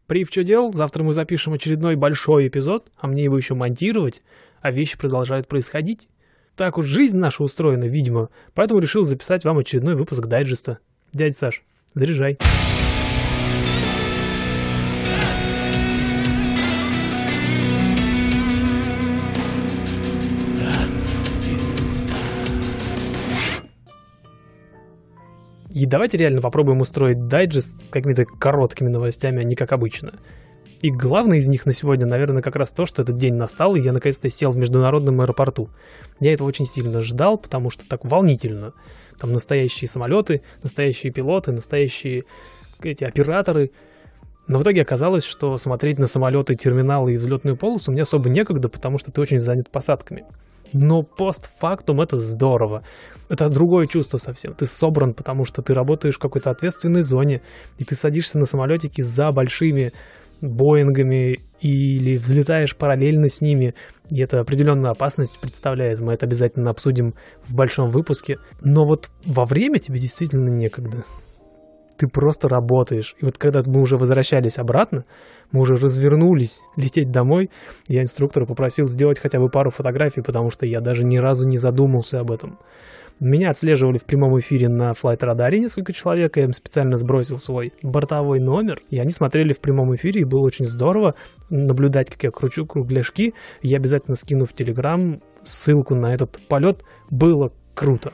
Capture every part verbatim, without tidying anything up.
Прив, что дел? Завтра мы запишем очередной большой эпизод, а мне его еще монтировать, а вещи продолжают происходить. Так уж жизнь наша устроена, видимо, поэтому решил записать вам очередной выпуск дайджеста. Дядя Саш, заряжай. И давайте реально попробуем устроить дайджест с какими-то короткими новостями, а не как обычно. И главное из них на сегодня, наверное, как раз то, что этот день настал, и я наконец-то сел в международном аэропорту. Я этого очень сильно ждал, потому что так волнительно. Там настоящие самолеты, настоящие пилоты, настоящие эти операторы. Но в итоге оказалось, что смотреть на самолеты, терминалы и взлетную полосу мне особо некогда, потому что ты очень занят посадками. Но постфактум это здорово. Это другое чувство совсем. Ты собран, потому что ты работаешь в какой-то ответственной зоне, и ты садишься на самолетики за большими Боингами или взлетаешь параллельно с ними, и это определенную опасность представляет. Мы это обязательно обсудим в большом выпуске. Но вот во время тебе действительно некогда. Ты просто работаешь. И вот когда мы уже возвращались обратно, мы уже развернулись лететь домой, я инструктора попросил сделать хотя бы пару фотографий, потому что я даже ни разу не задумался об этом. Меня отслеживали в прямом эфире на флайт-радаре несколько человек, я им специально сбросил свой бортовой номер, и они смотрели в прямом эфире, и было очень здорово наблюдать, как я кручу кругляшки. Я обязательно скину в Телеграм ссылку на этот полет. Было круто.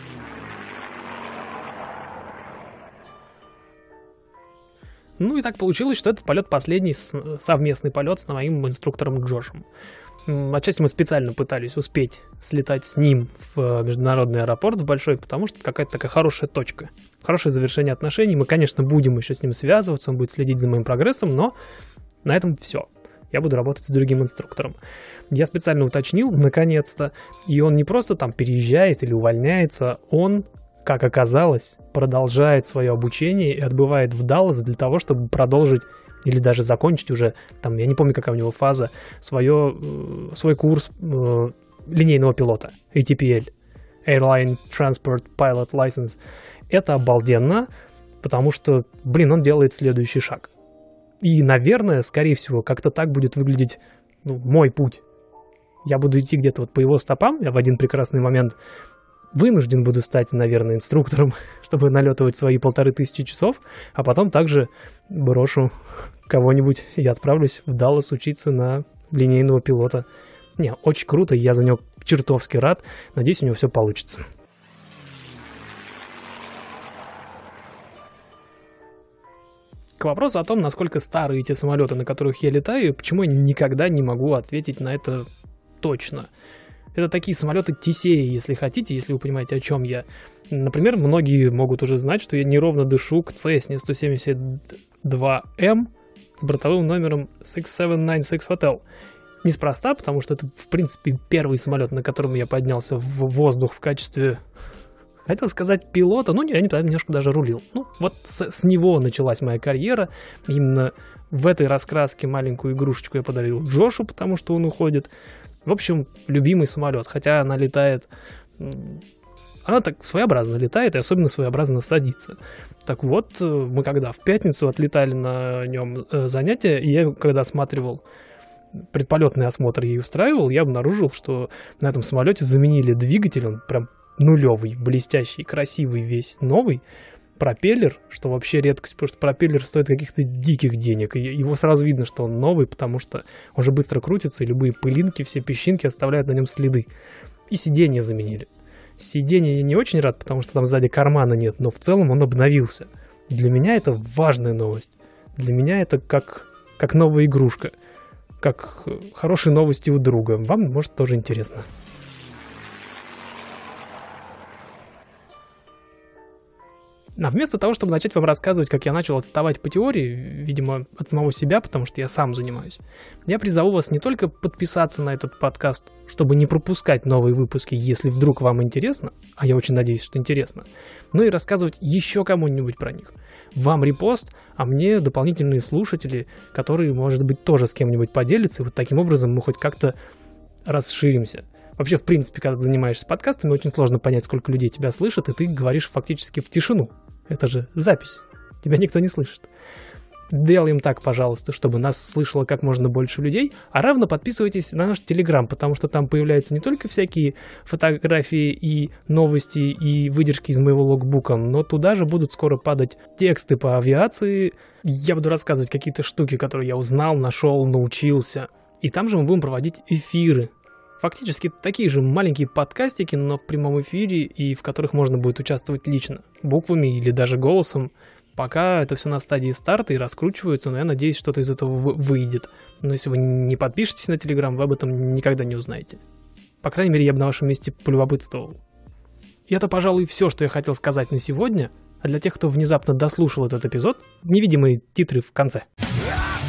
Ну и так получилось, что этот полет последний совместный полет с моим инструктором Джошем. Отчасти мы специально пытались успеть слетать с ним в международный аэропорт в большой, потому что какая-то такая хорошая точка, хорошее завершение отношений. Мы, конечно, будем еще с ним связываться, он будет следить за моим прогрессом, но на этом все. Я буду работать с другим инструктором. Я специально уточнил, наконец-то, и он не просто там переезжает или увольняется, он, как оказалось, продолжает свое обучение и отбывает в Даллас для того, чтобы продолжить или даже закончить уже, там, я не помню, какая у него фаза, свое, свой курс э, линейного пилота, эй ти пи эл, Airline Transport Pilot License. Это обалденно, потому что, блин, он делает следующий шаг. И, наверное, скорее всего, как-то так будет выглядеть ну, мой путь. Я буду идти где-то вот по его стопам, я в один прекрасный момент вынужден буду стать, наверное, инструктором, чтобы налетывать свои полторы тысячи часов, а потом также брошу кого-нибудь и отправлюсь в Даллас учиться на линейного пилота. Не, очень круто, я за него чертовски рад. Надеюсь, у него все получится. К вопросу о том, насколько старые те самолеты, на которых я летаю, почему я никогда не могу ответить на это точно. Это такие самолеты Тесеи, если хотите, если вы понимаете, о чем я. Например, многие могут уже знать, что я неровно дышу к Cessna сто семьдесят два эм с бортовым номером шесть семь девять шесть Hotel. Неспроста, потому что это, в принципе, первый самолет, на котором я поднялся в воздух в качестве, хотел сказать, пилота, ну, я немножко даже рулил. Ну, вот с, с него началась моя карьера. Именно в этой раскраске маленькую игрушечку я подарил Джошу, потому что он уходит. В общем, любимый самолет, хотя она летает, она так своеобразно летает и особенно своеобразно садится. Так вот, мы когда в пятницу отлетали на нем занятия, и я когда осматривал, предполетный осмотр ей устраивал, я обнаружил, что на этом самолете заменили двигатель, он прям нулевый, блестящий, красивый, весь новый. Пропеллер, что вообще редкость, потому что пропеллер стоит каких-то диких денег, и его сразу видно, что он новый, потому что он же быстро крутится, и любые пылинки, все песчинки оставляют на нем следы. И сиденье заменили. Сиденье я не очень рад, потому что там сзади кармана нет, но в целом он обновился. Для меня это важная новость. Для меня это как, как новая игрушка, как хорошие новости у друга. Вам, может, тоже интересно. А вместо того, чтобы начать вам рассказывать, как я начал отставать по теории, видимо, от самого себя, потому что я сам занимаюсь, я призову вас не только подписаться на этот подкаст, чтобы не пропускать новые выпуски, если вдруг вам интересно, а я очень надеюсь, что интересно, но и рассказывать еще кому-нибудь про них. Вам репост, а мне дополнительные слушатели, которые, может быть, тоже с кем-нибудь поделятся, и вот таким образом мы хоть как-то расширимся. Вообще, в принципе, когда ты занимаешься подкастами, очень сложно понять, сколько людей тебя слышат, и ты говоришь фактически в тишину. Это же запись. Тебя никто не слышит. Делаем так, пожалуйста, чтобы нас слышало как можно больше людей, а равно подписывайтесь на наш Телеграм, потому что там появляются не только всякие фотографии и новости и выдержки из моего логбука, но туда же будут скоро падать тексты по авиации. Я буду рассказывать какие-то штуки, которые я узнал, нашел, научился. И там же мы будем проводить эфиры. Фактически такие же маленькие подкастики, но в прямом эфире и в которых можно будет участвовать лично, буквами или даже голосом. Пока это все на стадии старта и раскручивается, но я надеюсь, что-то из этого выйдет. Но если вы не подпишетесь на Телеграм, вы об этом никогда не узнаете. По крайней мере, я бы на вашем месте полюбопытствовал. И это, пожалуй, все, что я хотел сказать на сегодня. А для тех, кто внезапно дослушал этот эпизод, невидимые титры в конце.